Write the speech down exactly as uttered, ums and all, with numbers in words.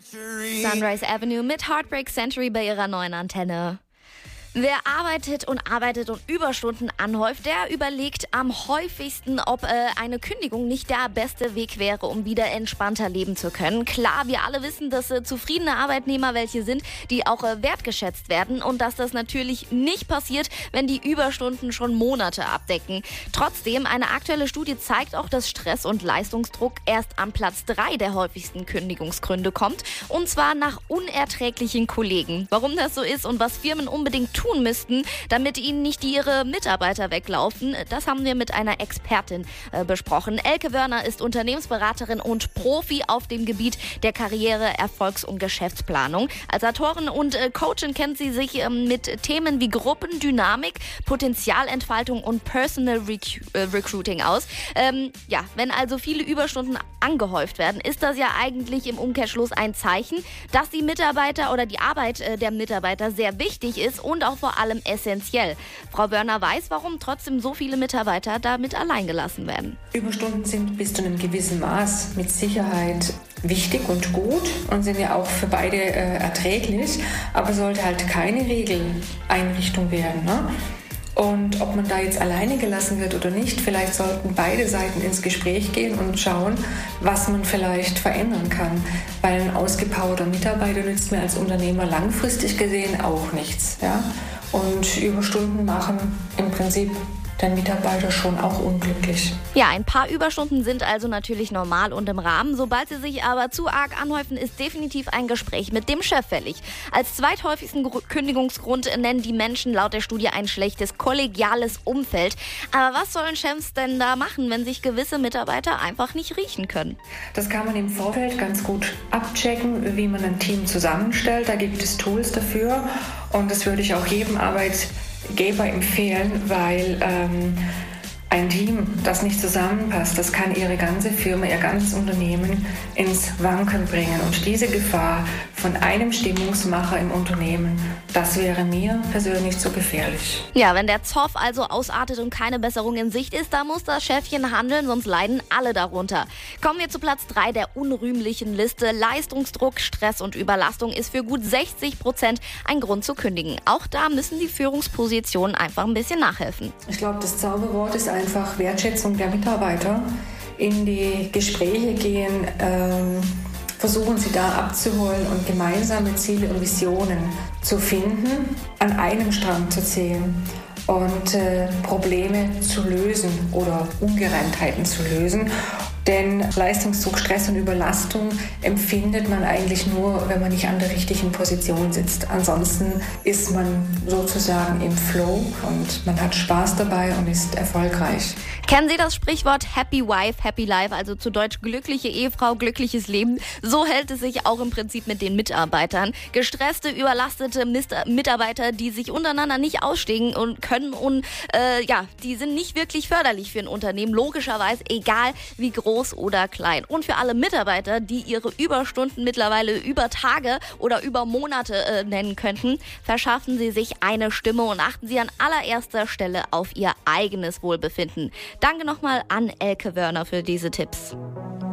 Sunrise Avenue mit Heartbreak Century bei ihrer neuen Antenne. Wer arbeitet und arbeitet und Überstunden anhäuft, der überlegt am häufigsten, ob äh, eine Kündigung nicht der beste Weg wäre, um wieder entspannter leben zu können. Klar, wir alle wissen, dass äh, zufriedene Arbeitnehmer welche sind, die auch äh, wertgeschätzt werden und dass das natürlich nicht passiert, wenn die Überstunden schon Monate abdecken. Trotzdem, eine aktuelle Studie zeigt auch, dass Stress und Leistungsdruck erst an Platz drei der häufigsten Kündigungsgründe kommt, und zwar nach unerträglichen Kollegen. Warum das so ist und was Firmen unbedingt tun müssten, damit ihnen nicht ihre Mitarbeiter weglaufen, das haben wir mit einer Expertin äh, besprochen. Elke Wörner ist Unternehmensberaterin und Profi auf dem Gebiet der Karriere-, Erfolgs- und Geschäftsplanung. Als Autorin und äh, Coachin kennt sie sich ähm, mit Themen wie Gruppendynamik, Potenzialentfaltung und Personal Rec- äh, Recruiting aus. Ähm, ja, wenn also viele Überstunden angehäuft werden, ist das ja eigentlich im Umkehrschluss ein Zeichen, dass die Mitarbeiter oder die Arbeit äh, der Mitarbeiter sehr wichtig ist und auch vor allem essentiell. Frau Wörner weiß, warum trotzdem so viele Mitarbeiter damit allein gelassen werden. Überstunden sind bis zu einem gewissen Maß mit Sicherheit wichtig und gut und sind ja auch für beide äh, erträglich, aber sollte halt keine Regeleinrichtung werden, ne? Und ob man da jetzt alleine gelassen wird oder nicht, vielleicht sollten beide Seiten ins Gespräch gehen und schauen, was man vielleicht verändern kann. Weil ein ausgepowerter Mitarbeiter nützt mir als Unternehmer langfristig gesehen auch nichts. Ja? Und Überstunden machen im Prinzip den Mitarbeiter schon auch unglücklich. Ja, ein paar Überstunden sind also natürlich normal und im Rahmen. Sobald sie sich aber zu arg anhäufen, ist definitiv ein Gespräch mit dem Chef fällig. Als zweithäufigsten Gru- Kündigungsgrund nennen die Menschen laut der Studie ein schlechtes kollegiales Umfeld. Aber was sollen Chefs denn da machen, wenn sich gewisse Mitarbeiter einfach nicht riechen können? Das kann man im Vorfeld ganz gut abchecken, wie man ein Team zusammenstellt. Da gibt es Tools dafür und das würde ich auch jedem Arbeitgeber empfehlen, weil ähm, ein Team, das nicht zusammenpasst, das kann ihre ganze Firma, ihr ganzes Unternehmen ins Wanken bringen. Und diese Gefahr von einem Stimmungsmacher im Unternehmen, das wäre mir persönlich zu gefährlich. Ja, wenn der Zoff also ausartet und keine Besserung in Sicht ist, da muss das Chefchen handeln, sonst leiden alle darunter. Kommen wir zu Platz drei der unrühmlichen Liste. Leistungsdruck, Stress und Überlastung ist für gut sechzig Prozent ein Grund zu kündigen. Auch da müssen die Führungspositionen einfach ein bisschen nachhelfen. Ich glaube, das Zauberwort ist einfach Wertschätzung der Mitarbeiter. In die Gespräche gehen, ähm, versuchen sie da abzuholen und gemeinsame Ziele und Visionen zu finden, an einem Strang zu ziehen und äh, Probleme zu lösen oder Ungereimtheiten zu lösen. Denn Leistungsdruck, Stress und Überlastung empfindet man eigentlich nur, wenn man nicht an der richtigen Position sitzt. Ansonsten ist man sozusagen im Flow und man hat Spaß dabei und ist erfolgreich. Kennen Sie das Sprichwort Happy Wife, Happy Life, also zu Deutsch glückliche Ehefrau, glückliches Leben? So hält es sich auch im Prinzip mit den Mitarbeitern. Gestresste, überlastete Mister- Mitarbeiter, die sich untereinander nicht ausstehen und können und äh, ja, die sind nicht wirklich förderlich für ein Unternehmen, logischerweise, egal wie groß oder klein. Und für alle Mitarbeiter, die ihre Überstunden mittlerweile über Tage oder über Monate äh, nennen könnten, verschaffen Sie sich eine Stimme und achten Sie an allererster Stelle auf Ihr eigenes Wohlbefinden. Danke nochmal an Elke Wörner für diese Tipps.